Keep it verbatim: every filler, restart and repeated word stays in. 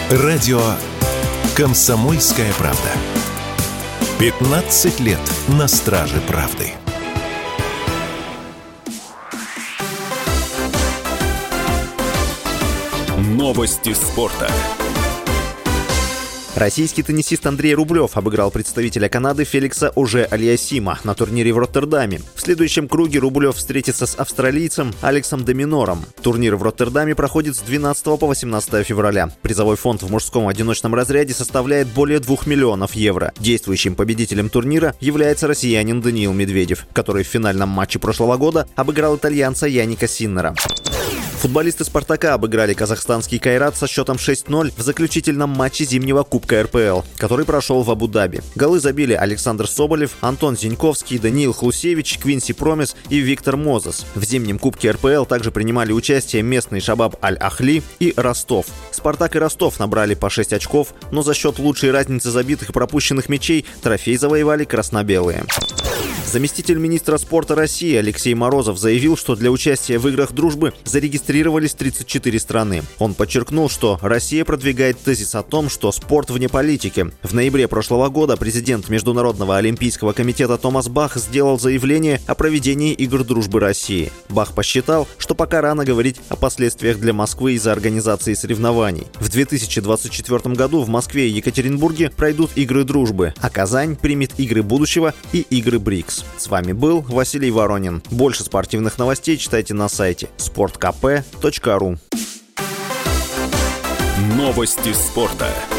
Радио «Комсомольская правда». пятнадцать лет на страже правды. Новости спорта. Российский теннисист Андрей Рублев обыграл представителя Канады Феликса Оже-Алиассима на турнире в Роттердаме. В следующем круге Рублев встретится с австралийцем Алексом де Минором. Турнир в Роттердаме проходит с двенадцатого по восемнадцатое февраля. Призовой фонд в мужском одиночном разряде составляет более двух миллионов евро. Действующим победителем турнира является россиянин Даниил Медведев, который в финальном матче прошлого года обыграл итальянца Яника Синнера. Футболисты «Спартака» обыграли казахстанский «Кайрат» со счетом шесть ноль в заключительном матче зимнего Кубка эр пэ эл, который прошел в Абу-Даби. Голы забили Александр Соболев, Антон Зиньковский, Даниил Хлусевич, Квинси Промис и Виктор Мозес. В зимнем Кубке эр пэ эл также принимали участие местный Шабаб Аль-Ахли и Ростов. «Спартак» и Ростов набрали по шесть очков, но за счет лучшей разницы забитых и пропущенных мячей трофей завоевали красно-белые. Заместитель министра спорта России Алексей Морозов заявил, что для участия в играх дружбы зарегистрировались тридцать четыре страны. Он подчеркнул, что Россия продвигает тезис о том, что спорт вне политики. В ноябре прошлого года президент Международного олимпийского комитета Томас Бах сделал заявление о проведении игр дружбы России. Бах посчитал, что пока рано говорить о последствиях для Москвы из-за организации соревнований. В две тысячи двадцать четвёртом году в Москве и Екатеринбурге пройдут игры дружбы, а Казань примет игры будущего и игры БРИКС. С вами был Василий Воронин. Больше спортивных новостей читайте на сайте спорт кэ пэ точка ру. Новости спорта.